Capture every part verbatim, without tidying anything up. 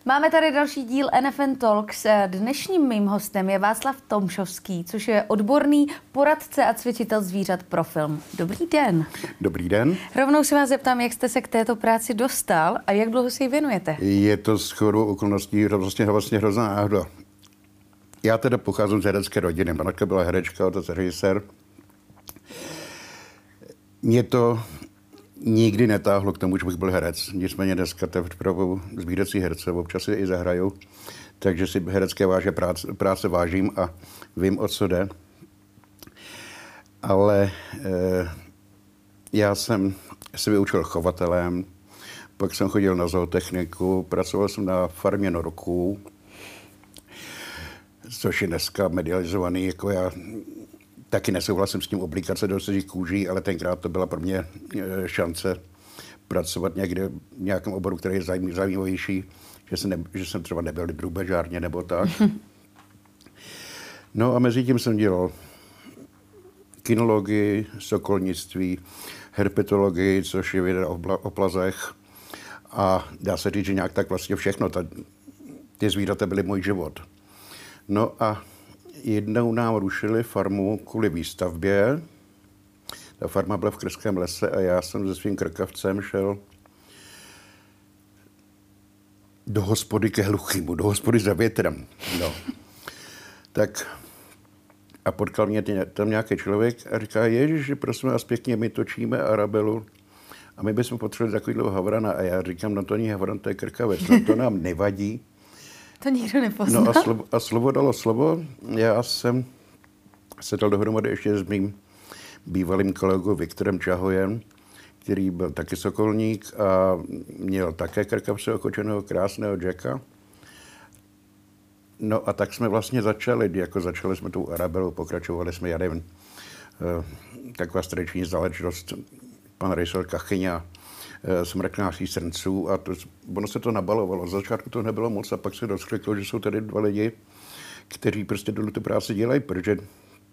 Máme tady další díl N F N Talks. Dnešním mým hostem je Václav Tomšovský, což je odborný poradce a cvičitel zvířat pro film. Dobrý den. Dobrý den. Rovnou se vás zeptám, jak jste se k této práci dostal a jak dlouho si ji věnujete? Je to shodou okolností vlastně, vlastně hrozná náhoda. Já teda pocházím z herecké rodiny. Matka byla herečka, otec režisér. Mě to nikdy netáhlo k tomu, že bych byl herec. Nicméně dneska teprve zvířecí herce, občas si i zahraju. Takže si herecké váže práce, práce vážím a vím, o co jde. Ale eh, já jsem se vyučil chovatelem, pak jsem chodil na zootechniku, pracoval jsem na farmě norků, což je dneska medializovaný, jako já taky nesouhlasím s tím oblíkat do cizích kůží, ale tenkrát to byla pro mě šance pracovat někde v nějakém oboru, který je zajímavější, že jsem, ne, že jsem třeba nebyl v drůbežárně nebo tak. No a mezi tím jsem dělal kinologii, sokolnictví, herpetologii, což je věda o, o plazech. A dá se říct, že nějak tak vlastně všechno. Ta, ty zvířata byly můj život. No a jednou nám rušili farmu kvůli výstavbě. Ta farma byla v Krském lese a já jsem se svým krkavcem šel do hospody ke Hluchýmu, do hospody za větrem. No. Tak a potkal mě tam nějaký člověk a říká, ježiši, prosím vás pěkně, my točíme Arabelu a my bychom potřebovali takovýhle havrana. A já říkám, no to není havran, to je krkavec, no to nám nevadí. To nikdo nepozná. No a slovo, a slovo dalo slovo. Já jsem se dal dohromady ještě s mým bývalým kolegou Viktorem Čahojem, který byl taky sokolník a měl také krkavce okočeného krásného Jacka. No a tak jsme vlastně začali, jako začali jsme tou Arabelou, pokračovali jsme, já nevím, taková tradiční záležitost, pan režisér Kachyňa, Smrk našich srnců a to, ono se to nabalovalo. Z začátku to nebylo moc a pak se rozkliklo, že jsou tady dva lidi, kteří prostě tu práci dělají, protože eh,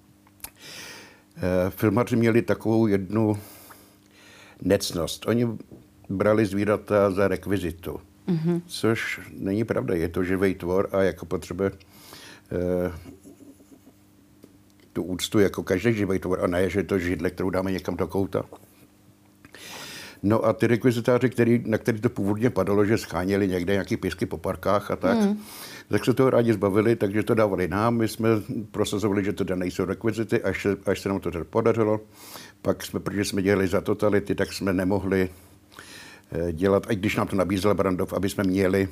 filmaři měli takovou jednu necnost. Oni brali zvířata za rekvizitu, mm-hmm. což není pravda. Je to živý tvor a jako potřebuje eh, tu úctu jako každý živý tvor a ne, že je to židle, kterou dáme někam do kouta. No a ty rekvizitáři, který, na který to původně padalo, že scháněli někde nějaký písky po parkách a tak, mm. tak se toho rádi zbavili, takže to dávali nám. My jsme prosazovali, že to nejsou rekvizity, až se, až se nám to teda podařilo. Pak jsme, protože jsme dělali za totality, tak jsme nemohli dělat, i když nám to nabízel Brandov, aby jsme měli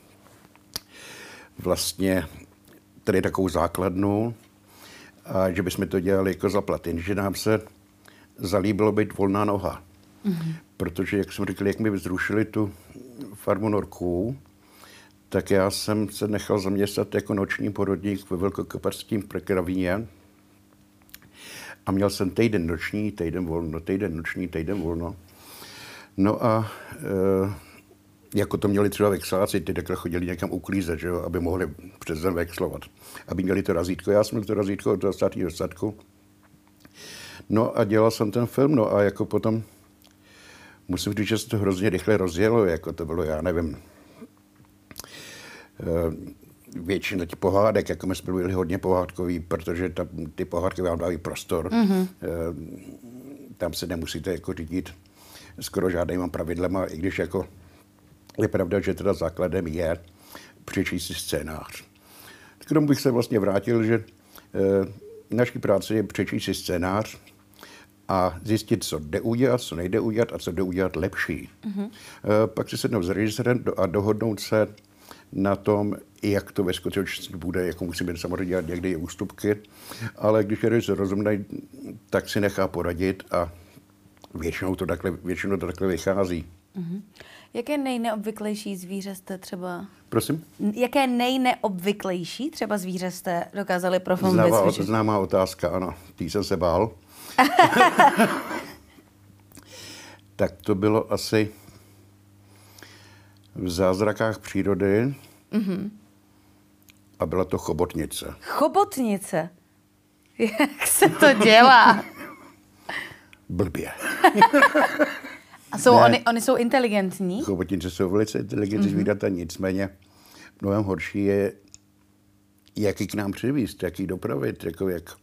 vlastně tady takovou základnu, a že bychom to dělali jako za plat, jenže nám se zalíbilo být volná noha. Mm-hmm. Protože, jak jsem říkal, jak mi zrušili tu farmu norků, tak já jsem se nechal zaměstnat jako noční porodník ve velkokapacitním Kravíně a měl jsem týden noční, týden volno, týden noční, týden volno. No a e, jako to měli třeba vexláci, ty takhle chodili někam uklízet, že jo, aby mohli přes den vexlovat, aby měli to razítko. Já jsem měl to razítko od státního statku. No a dělal jsem ten film, no a jako potom musím říct, že se to hrozně rychle rozjelo, jako to bylo, já nevím, většina těch pohádek, jako my jsme byli hodně pohádkový, protože ta, ty pohádky vám dávají prostor. Mm-hmm. Tam se nemusíte jako řídit skoro žádnýma pravidlema, i když jako je pravda, že teda základem je přečíst si scénář. K tomu bych se vlastně vrátil, že naší práce je přečíst si scénář, a zjistit, co jde udělat, co nejde udělat a co jde udělat lepší. Mm-hmm. Pak si sednout s režisérem a dohodnout se na tom, jak to ve skutečnosti bude, jako musíme samozřejmě dělat někde i ústupky, ale když je režisér rozumný, tak si nechá poradit a většinou to takhle, většinou to takhle vychází. Mm-hmm. Jaké nejneobvyklejší zvíře jste třeba... Prosím? Jaké nejneobvyklejší třeba zvíře jste dokázali pro film vycvičit? Známá otázka, ano. Tý jsem se bál. Tak to bylo asi v Zázrakách přírody mm-hmm. a byla to chobotnice. Chobotnice? Jak se to dělá? Blbě. A jsou oni, oni jsou inteligentní? Chobotnice jsou velice inteligentní mm-hmm. zvířata, nicméně mnohem horší je, jak ji k nám přivízt, jak ji dopravit, jako jak,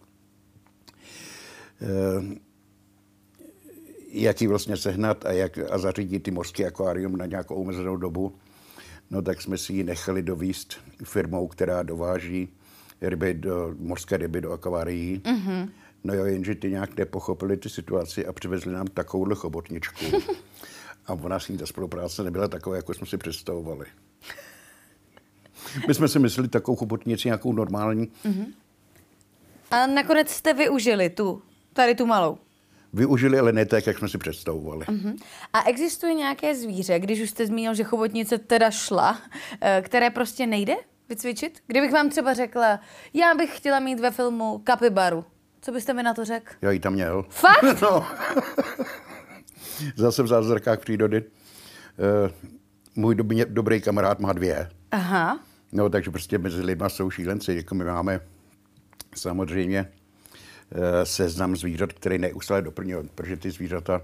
eh, jak ji vlastně sehnat a, jak, a zařídit ty mořské akvárium na nějakou omezenou dobu. No tak jsme si ji nechali dovízt firmou, která dováží ryby do, mořské ryby do akvárií. Mm-hmm. No jo, jenže ty nějak nepochopili ty situaci a přivezli nám takovouhle chobotničku. A ona s ní ta spolupráce nebyla taková, jako jsme si představovali. My jsme si mysleli takovou chobotnici, nějakou normální. Mm-hmm. A nakonec jste využili tu, tady tu malou? Využili, ale ne tak, jak jsme si představovali. Uh-huh. A existuje nějaké zvíře, když už jste zmínil, že chobotnice teda šla, které prostě nejde vycvičit? Kdybych vám třeba řekla, já bych chtěla mít ve filmu kapibaru, co byste mi na to řekl? Já ji tam měl. Fakt? No. Zase v zázrakách přírody. Uh, můj dobrý, dobrý kamarád má dvě. Aha. No, takže prostě mezi lidma jsou šílenci. Jako my máme samozřejmě seznam zvířat, který neustále doplňuje, protože ty zvířata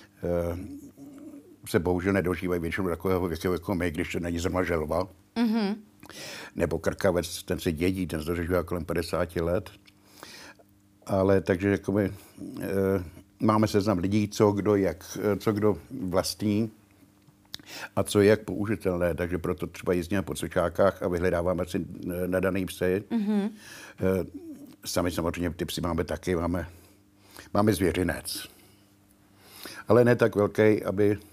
se bohužel nedožívají většinou takového věku jako my, když to není zrovna želva. Mm-hmm. Nebo krkavec, ten se dědí, ten se dožívá kolem padesáti let. Ale takže jako my máme seznam lidí, co kdo, jak, co kdo vlastní a co je jak použitelné. Takže proto třeba jezdíme po cvičákách a vyhledáváme si nadaný psy. Mm-hmm. Sami samozřejmě ty psy máme taky, máme, máme zvěřinec. Ale ne tak velký, aby e,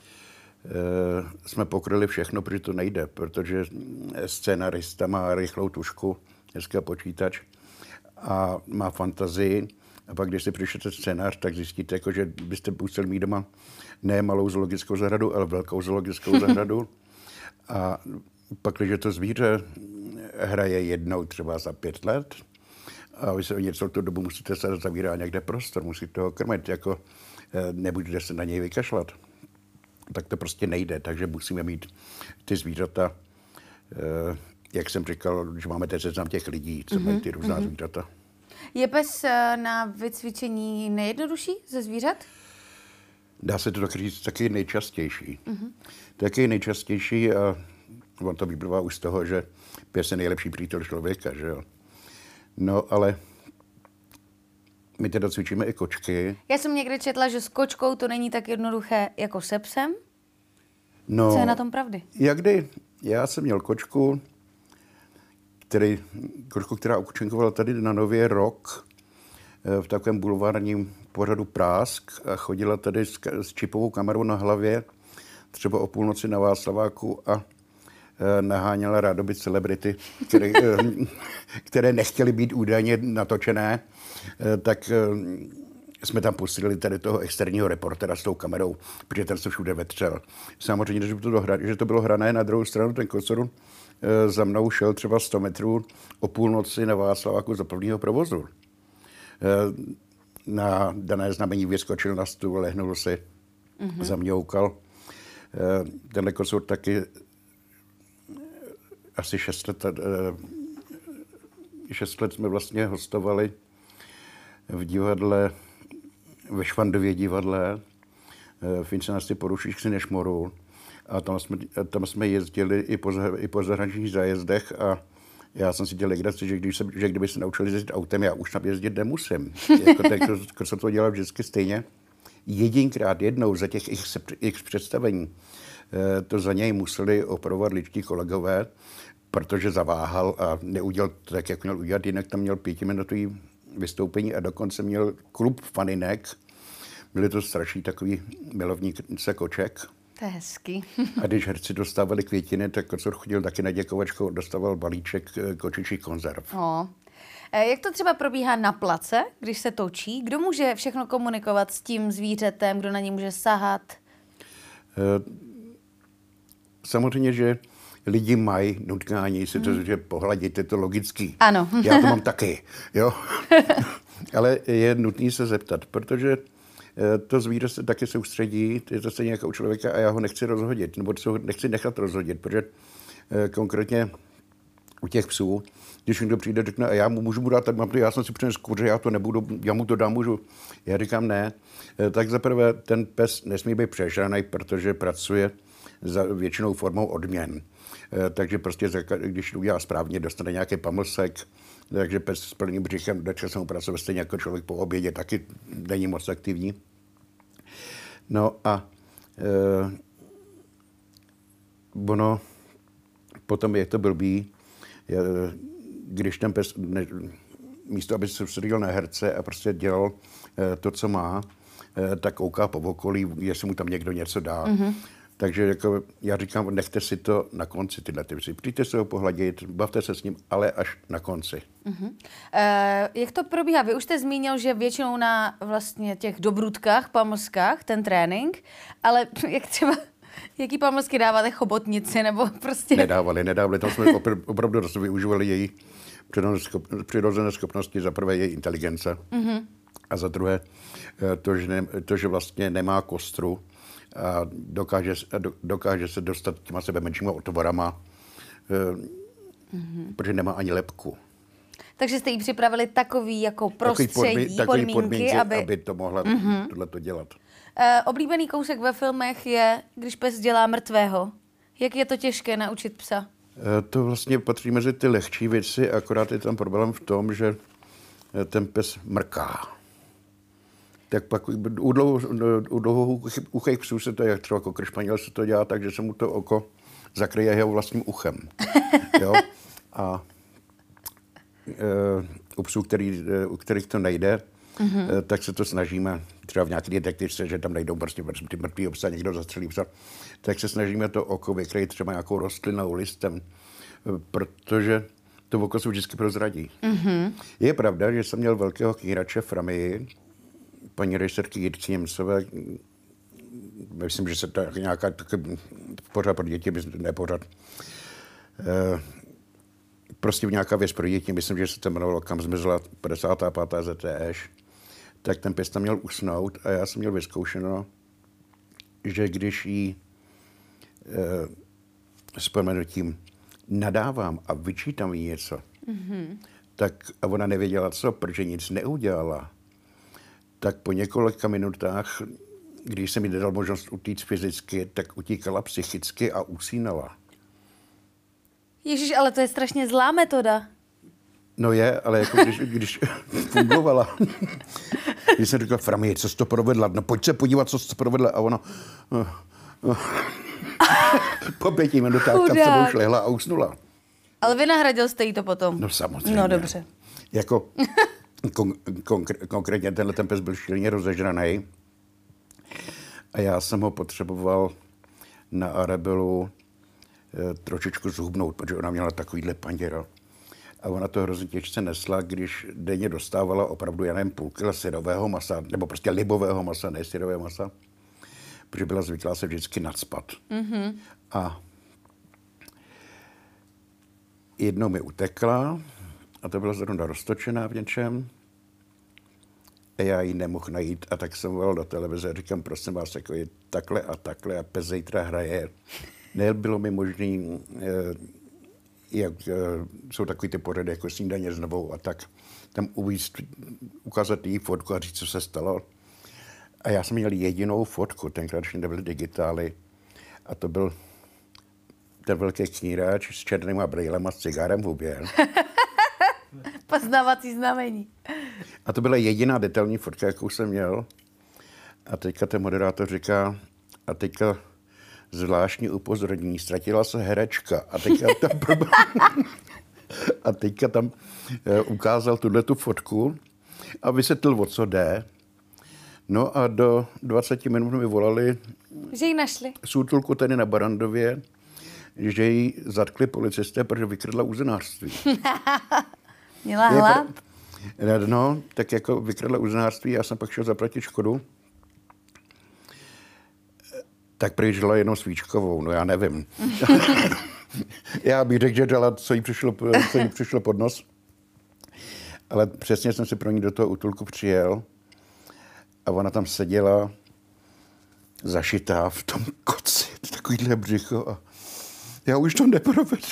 jsme pokryli všechno, protože to nejde, protože scénarista má rychlou tušku, dneska počítač a má fantazii. A pak, když si přišlete scénář, tak zjistíte, jako, že byste museli mít doma ne malou zoologickou zahradu, ale velkou zoologickou zahradu. A pak, když to zvíře hraje jednou třeba za pět let, a vy se o něco tu dobu musíte se zavírát někde prostor, musíte ho krmit, jako nebudete se na něj vykašlat. Tak to prostě nejde, takže musíme mít ty zvířata, jak jsem říkal, že máme ten seznam těch lidí, co mm-hmm. mají ty různá mm-hmm. zvířata. Je pes na vycvičení nejjednodušší ze zvířat? Dá se to tak říct, taky nejčastější. Mm-hmm. Taky nejčastější a on to vyplývá už z toho, že pes je nejlepší přítel člověka, že jo. No, ale my teda cvičíme i kočky. Já jsem někde četla, že s kočkou to není tak jednoduché jako se psem. No, co je na tom pravdy? Jakdy? Já jsem měl kočku, který, kočku, která účinkovala tady na Nově rok v takovém bulvárním pořadu Prásk a chodila tady s, s čipovou kamerou na hlavě třeba o půlnoci na Václaváku a naháněla rádoby celebrity, které, které nechtěly být údajně natočené, tak jsme tam pustili tady toho externího reportera s tou kamerou, protože ten se všude vetřel. Samozřejmě, že to, dohra, že to bylo hrané, na druhou stranu ten kocor za mnou šel třeba sto metrů o půlnoci na Václaváku za prvního provozu. Na dané znamení vyskočil na stůl, lehnul si, mm-hmm. zamňoukal. Tenhle kocor taky asi šest let, šest let jsme vlastně hostovali v divadle, ve Švandově divadle, v inscenaci Porušíš si nešmoru. A tam jsme, tam jsme jezdili i po, i po zahraničních zájezdech a já jsem si dělal legraci, že, když se, že kdyby se naučili jezdit autem, já už tam jezdit nemusím. Jako tak, to, to, to dělal vždycky stejně. Jedinkrát jednou za těch x, x představení to za něj museli opravovat lidští kolegové, protože zaváhal a neudělal to tak, jak měl udělat, jinak tam měl pětiminutový vystoupení a dokonce měl klub faninek. Byli to strašní takový milovníci koček. To je hezký. A když herci dostávali květiny, tak Kocor chodil taky na děkovačku, dostával balíček kočičích konzerv. O. Jak to třeba probíhá na place, když se točí? Kdo může všechno komunikovat s tím zvířetem, kdo na něj může sahat? Samozřejmě, že lidi mají nutkání si to, hmm. že pohladit, je to logický. Ano. Já to mám taky, jo. Ale je nutný se zeptat, protože to zvíře se taky soustředí, je to stejně jako u člověka a já ho nechci rozhodit, nebo to nechci nechat rozhodit, protože konkrétně u těch psů, když někdo přijde a řekne, a já mu můžu mu dát, tak mám to, já jsem si přinesl kuře, já to nebudu, já mu to dám, můžu. Já říkám ne. Tak zaprvé ten pes nesmí být přežraný, protože pracuje za většinou formou odměn. Takže prostě, když udělá správně, dostane nějaký pamlsek, takže pes s plným břichem, začal jsem pracovat stejně jako člověk po obědě, taky není moc aktivní. No a e, ono potom je to blbý, je, když ten pes, ne, místo aby se soustředil na herce a prostě dělal e, to, co má, e, tak kouká po okolí, jestli mu tam někdo něco dá. Mm-hmm. Takže jako já říkám, nechte si to na konci tyhle ty věci. Přijďte se ho pohladit, bavte se s ním, ale až na konci. Uh-huh. Uh, jak to probíhá? Vy už jste zmínil, že většinou na vlastně těch dobrutkách, pamlskách, ten trénink, ale jak třeba, jaký pamlsky dáváte chobotnici, nebo prostě... Nedávali, nedávali. Tam jsme opr- opravdu dost využívali její přirozené schopnosti, za prvé její inteligence uh-huh. a za druhé to, že, ne, to, že vlastně nemá kostru, a dokáže, dokáže se dostat těma sebe menšíma otvorama, mm-hmm. protože nemá ani lebku. Takže jste jí připravili takový jako prostředí, takový podmí, takový podmínky, podmínky, aby... aby to mohla mm-hmm. tohleto dělat. Uh, oblíbený kousek ve filmech je, když pes dělá mrtvého. Jak je to těžké naučit psa? Uh, to vlastně patří mezi ty lehčí věci, akorát je tam problém v tom, že ten pes mrká. Tak pak u, dlouho, u dlouhouchých psů se to, jak třeba kokr španěl se to dělá, takže se mu to oko zakryje jeho vlastním uchem. Jo? A e, u psů, který, u kterých to nejde, mm-hmm. e, tak se to snažíme, třeba v nějaké detektivce, že tam najdou prostě ty mrtvý psa, někdo zastřelí psa, tak se snažíme to oko vykrýt třeba nějakou rostlinou, listem, protože to oko se vždycky prozradí. Mm-hmm. Je pravda, že jsem měl velkého knírače v Ramii, paní režisérky Jirky Němcové, myslím, že se to nějaká pořád pro děti, ne pořád, e, prostě nějaká věc pro děti, myslím, že se to jmenovalo Kam zmizela padesátá pátá Z T Š, tak ten pes tam měl usnout a já jsem měl vyzkoušeno, že když jí e, s prominutím nadávám a vyčítám jí něco, mm-hmm. tak a ona nevěděla co, protože nic neudělala, tak po několika minutách, když jsem jí nedal možnost utíct fyzicky, tak utíkala psychicky a usínala. Ježíš, ale to je strašně zlá metoda. No je, ale jako když, když fungovala. Když jsem říkal, Frami, co jsi to provedla? No pojď se podívat, co jsi to provedla. A ona uh, uh, po pěti minutách kam sebou šlehla a usnula. Ale vynahradil jste jí to potom? No samozřejmě. No dobře. Jako kon, konkr, konkrétně tenhle ten pes byl šíleně rozežraný a já jsem ho potřeboval na Arabelu e, trošičku zhubnout, protože ona měla takovýhle panděra. A ona to hrozně těžce nesla, když denně dostávala opravdu, já nevím, půl kila syrového masa, nebo prostě libového masa, ne syrového masa, protože byla zvyklá se vždycky nacpat. Mm-hmm. A jednou mi utekla, a to byla zrovna roztočená v něčem, a já ji nemohl najít, a tak jsem volal do televize a říkám, prosím vás, jako je takhle a takhle a pes zítra hraje. Nebylo mi možné, jak jsou takový ty pořady, jako Snídaně s Novou a tak, tam uvíct, ukázat jí fotku a říct, co se stalo. A já jsem měl jedinou fotku, tenkrát ještě nebyly digitály, a to byl ten velký knírač s černýma brýlema, s cigárem v hubě. Poznávací znamení. A to byla jediná detailní fotka, jakou jsem měl. A teďka ten moderátor říká, a teďka zvláštní upozornění, ztratila se herečka. A teďka tam, a teďka tam ukázal tuhletu fotku a vysvětlil, o co jde. No a do dvaceti minut mi volali, že ji našli. Z útulku tady na Barandově, že ji zatkli policisté, protože vykradla uzenářství. Měla hlad? No, tak jako vykradla uzenářství, já jsem pak šel zaplatit škodu. Tak prý žila jenom svíčkovou, no já nevím. Já bych řekl, že dala, co jí přišlo, co jí přišlo pod nos. Ale přesně jsem si pro ní do toho útulku přijel a ona tam seděla zašitá v tom koci, takovýhle břicho a já už to neprovedu.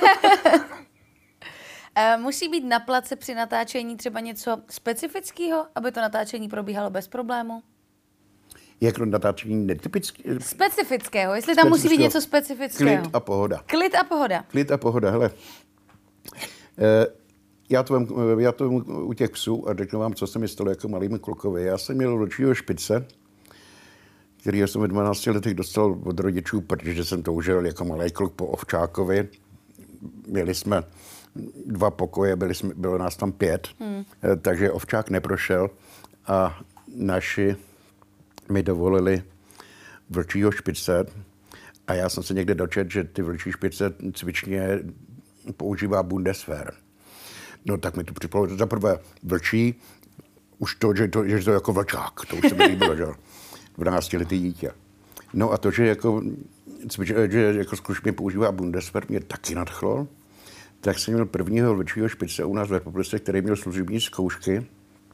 Musí být na place při natáčení třeba něco specifického, aby to natáčení probíhalo bez problému? jako natáčení netypického. Specifického, jestli tam musí být něco specifického. Klid a pohoda. Klid a pohoda. Klid a pohoda, hele. E, já, to vem, já to vem u těch psů a řeknu vám, co se mi stalo jako malými klukovi. Já jsem měl vlčího špice, který jsem ve dvanácti letech dostal od rodičů, protože jsem toužil jako malý kluk po ovčákovi. Měli jsme dva pokoje, byli jsme, bylo nás tam pět, hmm. takže ovčák neprošel a naši mi dovolili vlčího špice a já jsem se někde dočetl, že ty vlčí špice cvičně používá Bundeswehr. No tak mi to připadlo, za prvé vlčí, už to, že to, že to jako vlčák, to už se mi líbilo, že dvanáctiletý dítě. No a to, že jako, cvič, že jako zkušeně používá Bundeswehr, mě taky nadchlo. Tak jsem měl prvního vlčího špice u nás v republice, který měl služební zkoušky.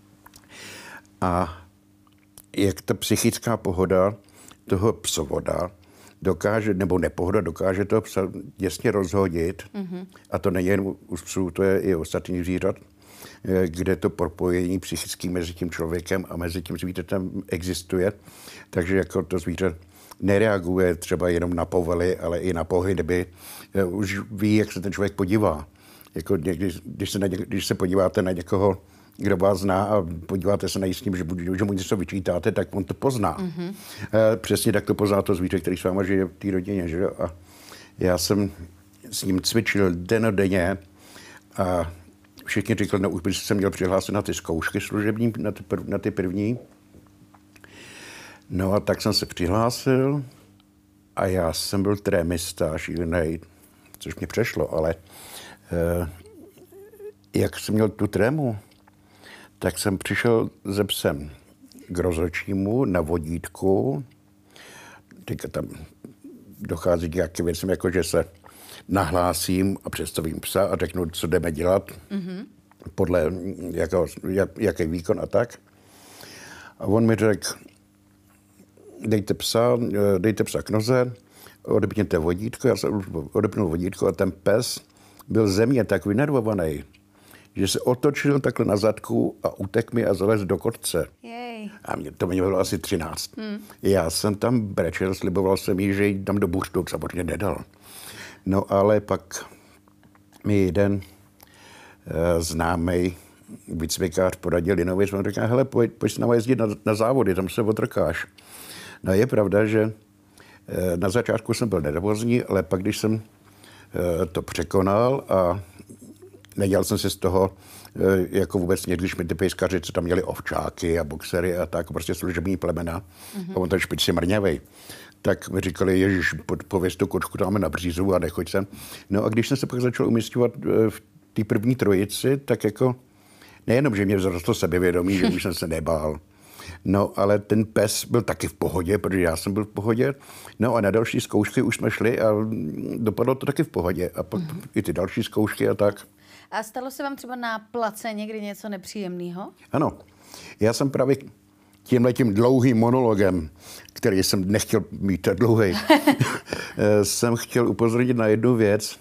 A jak ta psychická pohoda toho psovoda dokáže, nebo nepohoda, dokáže toho psa jasně rozhodit, mm-hmm. a to není jen u psů, to je i u ostatních zvířat, kde to propojení psychické mezi tím člověkem a mezi tím zvířetem existuje. Takže jako to zvíře nereaguje třeba jenom na povely, ale i na pohyby. Už ví, jak se ten člověk podívá. Jako někdy, když, se na něk, když se podíváte na někoho, kdo vás zná a podíváte se na jistým, že, že mu něco vyčítáte, tak on to pozná. Mm-hmm. Přesně tak to pozná to zvíře, který s váma žije v té rodině. Že? A já jsem s ním cvičil dennodenně a všichni říkali, no už bych se měl přihlásit na ty zkoušky služební, na ty, prv, na ty první. No a tak jsem se přihlásil a já jsem byl trémista šílenej, což mě přešlo, ale eh, jak jsem měl tu trému, tak jsem přišel ze psem k rozhodčímu na vodítku. Teďka tam dochází k nějakým věcem, jako že se nahlásím a představím psa a řeknu, co jdeme dělat, mm-hmm. podle jako, jak, jaký výkon a tak. A on mi řekl, dejte psa, dejte psa k noze, odepněte vodítko, já jsem odepnul vodítko a ten pes byl ze mě tak vynervovaný, že se otočil takhle na zadku a utek mi a zalez do kotce. Jej. A mě, to mě bylo asi třináct. Hmm. Já jsem tam brečel, sliboval jsem jí, že ji dám do buřtu, samozřejmě nedal. No ale pak mi jeden uh, známej výcvikář poradil jinou věc, on říká, hele, pojď, pojď s náma jezdit na, na závody, tam se otrkáš. No je pravda, že uh, na začátku jsem byl nervózní, ale pak, když jsem uh, to překonal a nedělal jsem si z toho uh, jako vůbec někdy, když mi ty pejskaři, co tam měli ovčáky a boxery a tak, prostě služební plemena, mm-hmm. a on ten špic je mrňavej. Tak mi říkali, ježiš, pověz tu kočku dáme na břízu a nechoď sem. No a když jsem se pak začal umísťovat v té první trojici, tak jako nejenom, že mě vzrostlo sebevědomí, že už jsem se nebál, no ale ten pes byl taky v pohodě, protože já jsem byl v pohodě. No a na další zkoušky už jsme šli a dopadlo to taky v pohodě. A pak mm-hmm. i ty další zkoušky a tak. A stalo se vám třeba na place někdy něco nepříjemného? Ano. Já jsem právě tímhletím dlouhým monologem, který jsem nechtěl mít tak dlouhý, jsem chtěl upozornit na jednu věc,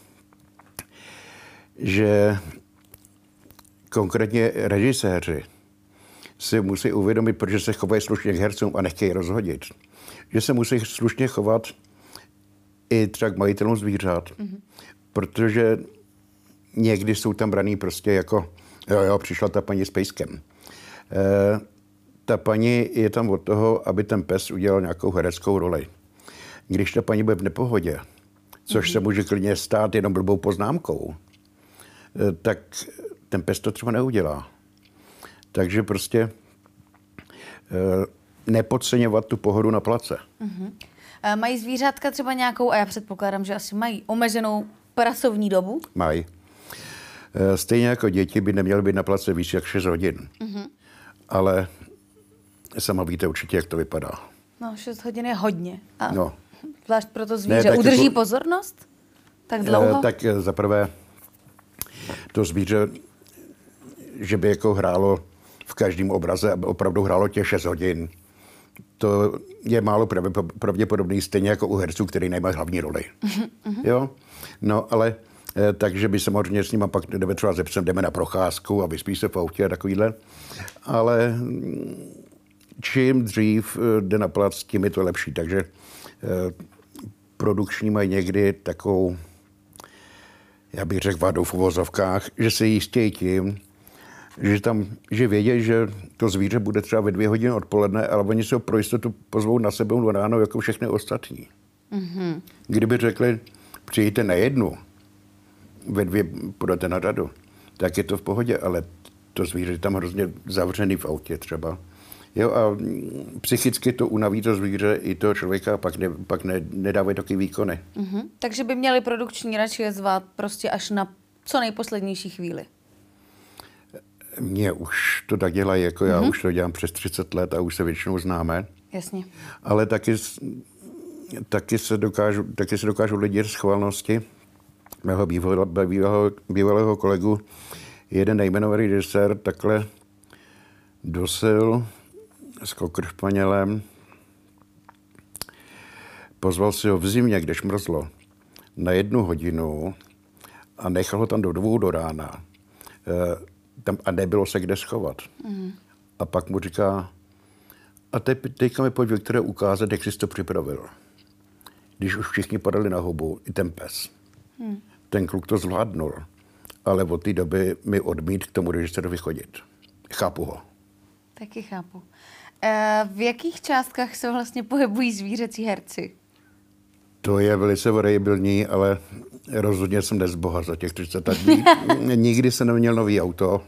že konkrétně režiséři si musí uvědomit, protože se chovají slušně k hercům a nechtějí rozhodit, že se musí slušně chovat i třeba k majitelům zvířat, mm-hmm. protože někdy jsou tam braný prostě jako, jo, jo, přišla ta paní s pejskem. E, ta paní je tam od toho, aby ten pes udělal nějakou hereckou roli. Když ta paní bude v nepohodě, což mm-hmm. se může klidně stát jenom blbou poznámkou, e, tak ten pes to třeba neudělá. Takže prostě e, nepodceňovat tu pohodu na place. Mm-hmm. E, mají zvířátka třeba nějakou, a já předpokládám, že asi mají, omezenou pracovní dobu? Mají. E, stejně jako děti by neměly být na place víc jak šest hodin. Mm-hmm. Ale sama víte určitě, jak to vypadá. No, šest hodin je hodně. A no. Zvlášť pro to zvíře. Ne, udrží jako, pozornost? Tak dlouho? E, tak zaprvé to zvíře, že by jako hrálo v každém obraze, aby opravdu hrálo těch šest hodin, to je málo pravděpodobný, stejně jako u herců, který nemají hlavní roli. Mm-hmm. Jo? No, ale eh, takže by samozřejmě s nima pak jdeme třeba ze psem, jdeme na procházku a vyspí se v autě a takovýhle. Ale čím dřív jde na plac, tím je to lepší. Takže produkční mají někdy takovou, já bych řekl vadu v uvozovkách, že se jistějí tím, že tam, že vědí, že to zvíře bude třeba ve dvě hodiny odpoledne, ale oni se ho pro jistotu pozvou na sebe do ráno jako všechny ostatní. Mm-hmm. Kdyby řekli, přijďte na jednu, ve dvě půjdete na řadu, tak je to v pohodě, ale to zvíře je tam hrozně zavřený v autě třeba. Jo, a psychicky to unaví to zvíře i toho člověka a pak, ne, pak ne, nedávají taky výkony. Mm-hmm. Takže by měli produkční radši je zvát prostě až na co nejposlednější chvíli. Mně už to tak dělají, jako já mm-hmm. už to dělám přes třicet let a už se většinou známe. Jasně. Ale taky, taky, se dokážu, taky se dokážu lidi z chvalnosti mého bývalého, bývalého, bývalého kolegu. Jeden nejmenovaný režisér takhle dosil s kokršpanělem, pozval si ho v zimě, kde šmrzlo, na jednu hodinu a nechal ho tam do dvou do rána. E, tam, a nebylo se kde schovat. Mm. A pak mu říká, a teď, teďka mi pojď, Viktore, ukázat, jak jsi to připravil. Když už všichni padali na hubu, i ten pes. Mm. Ten kluk to zvládnul, ale od té doby mi odmít k tomu režisérovi chodit. Chápu ho. Taky chápu. E, v jakých částkách se vlastně pohybují zvířecí herci? To je velice variabilní, ale rozhodně jsem nezboha za těch třicet let. Nikdy jsem neměl nový auto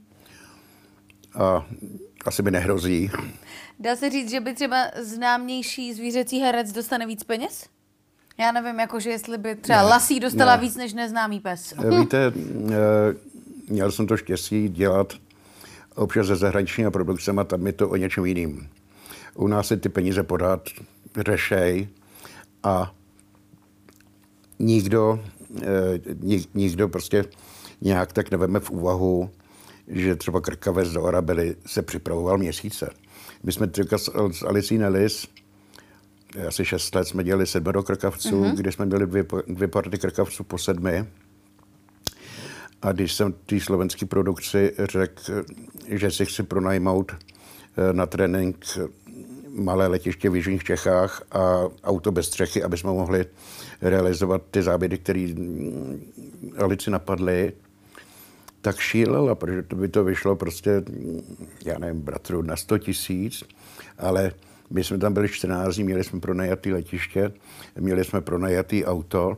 a asi mi nehrozí. Dá se říct, že by třeba známější zvířecí herec dostane víc peněz? Já nevím, jakože jestli by třeba ne, Lasí dostala ne. víc než neznámý pes. Víte, měl jsem to štěstí dělat občas se zahraničními produkcemi a tam je to o něčem jiným. U nás se ty peníze podat řešej a nikdo, nik, nikdo prostě nějak tak neveme v úvahu, že třeba Krkavec do Arabely se připravoval měsíce. My jsme třeba s Alicí Nellis asi šest let jsme dělali sedmero krkavců, uh-huh. kde jsme měli dvě, dvě party krkavců po sedmi. A když jsem té slovenské produkci řekl, že si chci pronajmout na trénink malé letiště v jižních Čechách a auto bez střechy, aby jsme mohli realizovat ty záběry, které Alici napadly, tak šílela, protože to by to vyšlo prostě, já nevím, bratru, na sto tisíc, ale my jsme tam byli čtrnáct dní, měli jsme pronajatý letiště, měli jsme pronajatý auto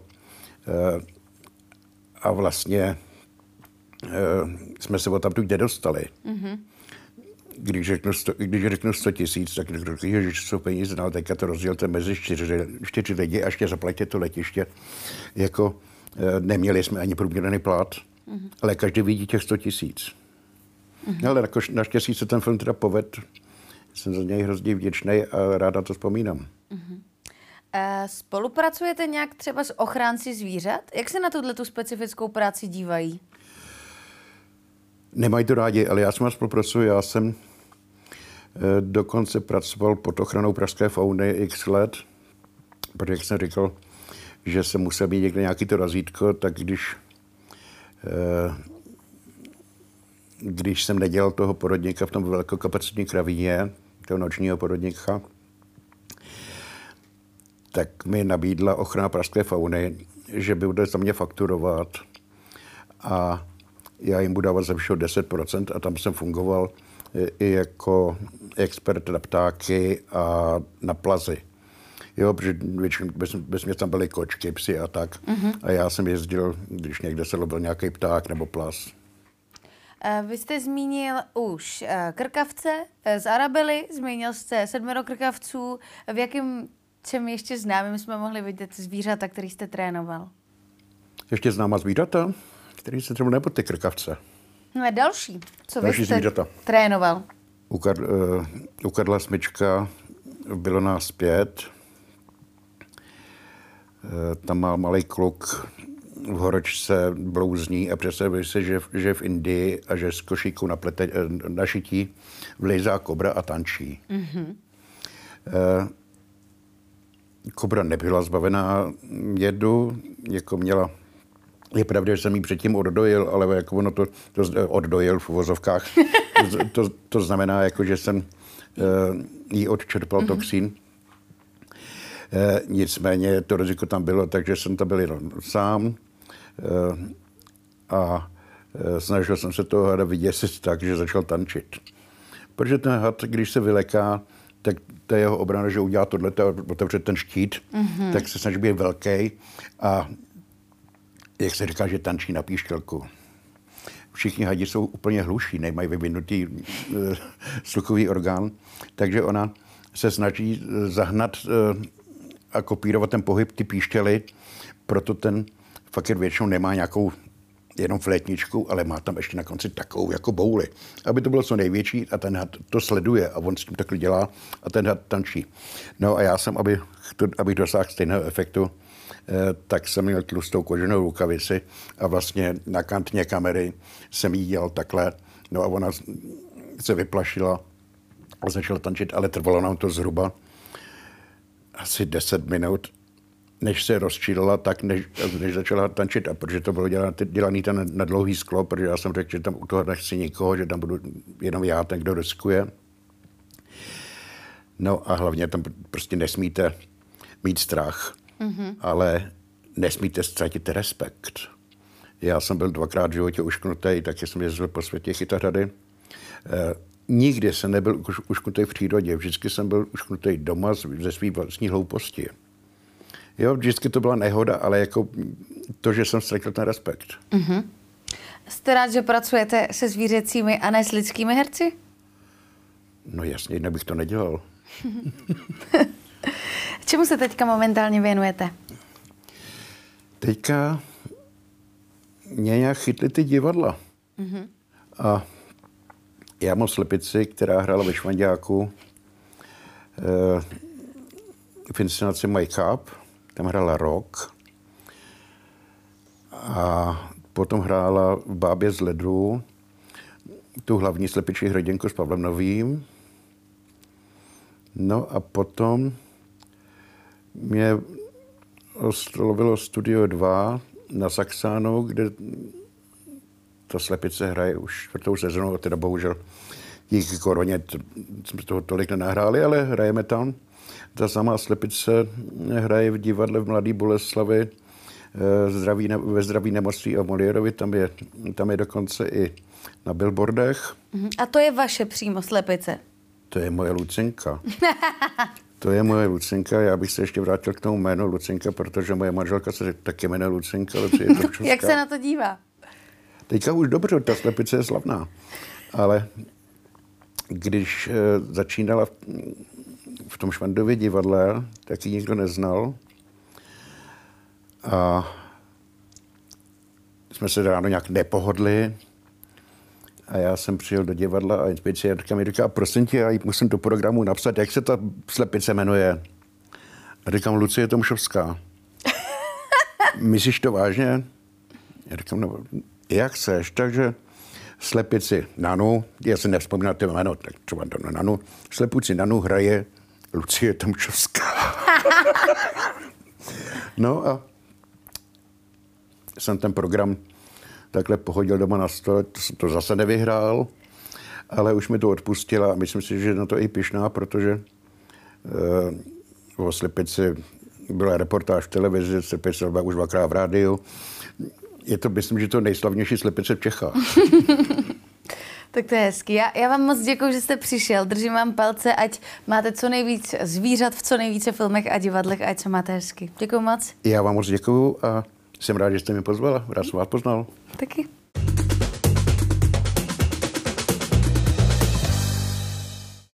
a vlastně jsme se odtamtud nedostali. Mm-hmm. Když řeknu sto, když řeknu sto tisíc, tak řeknu, že jsou peníze, no, teďka to rozdělte mezi čtyři, čtyři lidi a ještě zaplatíte to letiště. Jako neměli jsme ani průměrný plat, mm-hmm. ale každý vidí těch sto tisíc. Mm-hmm. Ale jako, naštěstí se ten film teda povedl. Jsem za něj hrozně vděčný a rád na to vzpomínám. Uh-huh. E, spolupracujete nějak třeba s ochránci zvířat? Jak se na tuto specifickou práci dívají? Nemají to rádi, ale já s nimi spolupracuji. Já jsem e, dokonce pracoval pod ochranou pražské fauny x let, protože jak jsem říkal, že jsem musel mít někde nějaký to razítko, tak když e, když jsem nedělal toho porodníka v tom velkokapacitní kravíně, toho nočního porodníka, tak mi nabídla ochrana pražské fauny, že by bude za mě fakturovat a já jim budu dávat ze všeho deset procent a tam jsem fungoval i jako expert na ptáky a na plazy. Jo, protože většinou bez, bez mě tam byly kočky, psy a tak. Mm-hmm. A já jsem jezdil, když někde se lovil nějaký pták nebo plaz. Vy jste zmínil už krkavce z Arabely, zmínil jste sedmero krkavců. V jakém čem ještě známým jsme mohli vidět zvířata, který jste trénoval? Ještě známá zvířata, který se třeba nebo ty krkavce. No a další, co další vy jste zvířata. trénoval? U, Kar, uh, u Karla Smyčka bylo nás pět. Uh, tam má malý kluk v horečce blouzní a představuje se, že, že v Indii a že z košíku na, plete, na šití vlejzá kobra a tančí. Mm-hmm. Uh, kobra nebyla zbavená jedu, jako měla. Je pravda, že jsem jí předtím oddojil, ale jako ono to, to oddojil v uvozovkách. to, to, to znamená, jako, že jsem jí odčerpal mm-hmm. toxín. E, nicméně to riziko tam bylo, takže jsem tam byl jenom sám e, a e, snažil jsem se toho hada vyděsit tak, že začal tančit. Protože ten had, když se vyleká, tak to je jeho obrana, že udělá tohleto a otevře ten štít, mm-hmm. tak se snaží být velký a jak se říká, že tančí na píšťalku. Všichni hadi jsou úplně hluší, nemají vyvinutý e, sluchový orgán, takže ona se snaží zahnat e, a kopírovat ten pohyb ty píšťaly, proto ten fakir většinou nemá nějakou jenom flétničku, ale má tam ještě na konci takovou jako bouli, aby to bylo co největší a ten had to sleduje a on s tím takhle dělá a ten had tančí. No a já jsem, aby, to, abych dosáhl stejného efektu, eh, tak jsem měl tlustou koženou rukavici a vlastně na kantně kamery jsem jí dělal takhle, no a ona se vyplašila a začala tančit, ale trvalo nám to zhruba asi deset minut, než se rozčílila, tak než, než začala tančit. A protože to bylo dělané, dělané na, na dlouhý sklo, protože já jsem řekl, že tam u toho nechci nikoho, že tam budu jenom já, ten, kdo riskuje. No a hlavně tam prostě nesmíte mít strach, mm-hmm. ale nesmíte ztratit respekt. Já jsem byl dvakrát v životě ušknutý, taky jsem jezdil po světě chytat hady. E, nikdy jsem nebyl ušknutý v přírodě, vždycky jsem byl ušknutý doma ze své vlastní hlouposti. Jo, vždycky to byla nehoda, ale jako to, že jsem ztratil ten respekt. Mm-hmm. Jste rád, že pracujete se zvířecími a ne s lidskými herci? No jasně, jinak bych to nedělal. Čemu se teďka momentálně věnujete? Teďka mě nějak chytly ty divadla. Mm-hmm. A já mám slepici, která hrála ve Švanďáku eh, v inscenaci My Cup. Tam hrála rok. A potom hrála v Bábě z ledu tu hlavní slepičí hrdinku s Pavlem Novým. No a potom mě oslovilo Studio dva na Saxánu, kde ta slepice hraje už čtvrtou sezonu, a teda bohužel díky koroně jsme toho tolik nenahráli, ale hrajeme tam. Ta samá slepice hraje v divadle v Mladé Boleslavi zdraví, ve zdraví nemoctví a Moliérovi, tam je, tam je dokonce i na billboardech. A to je vaše přímo slepice? To je moje Lucinka. To je moje Lucinka, já bych se ještě vrátil k tomu jménu Lucinka, protože moje manželka se taky jmenuje Lucinka. Jak se na to dívá? Teďka už dobře, ta slepice je slavná. Ale když e, začínala v, v tom Švandově divadle, tak ji nikdo neznal. A jsme se ráno nějak nepohodli. A já jsem přijel do divadla a inspicientka mi říká, prosím tě, já musím do programu napsat, jak se ta slepice jmenuje. A říkám, Lucie Tomšovská. Myslíš to vážně? Já říkám, no, jak chceš, takže slepici Nanu, já si nevzpomínám to jméno, tak třeba to Nanu, slepici Nanu hraje Lucie Tomšovská. No a jsem ten program takhle pohodil doma na stole, to, to zase nevyhrál, ale už mi to odpustila a myslím si, že na to i pyšná, protože uh, o slepici byla reportáž v televizi, slepice byla už dvakrát v rádiu. Je to, myslím, že to nejslavnější slepice v Čechách. Tak to je hezký. Já, já vám moc děkuji, že jste přišel. Držím vám palce, ať máte co nejvíc zvířat v co nejvíce filmech a divadlech, ať se máte hezky. Děkuji moc. Já vám moc děkuji a jsem rád, že jste mě pozvala. Rád jsem vás poznal. Taky.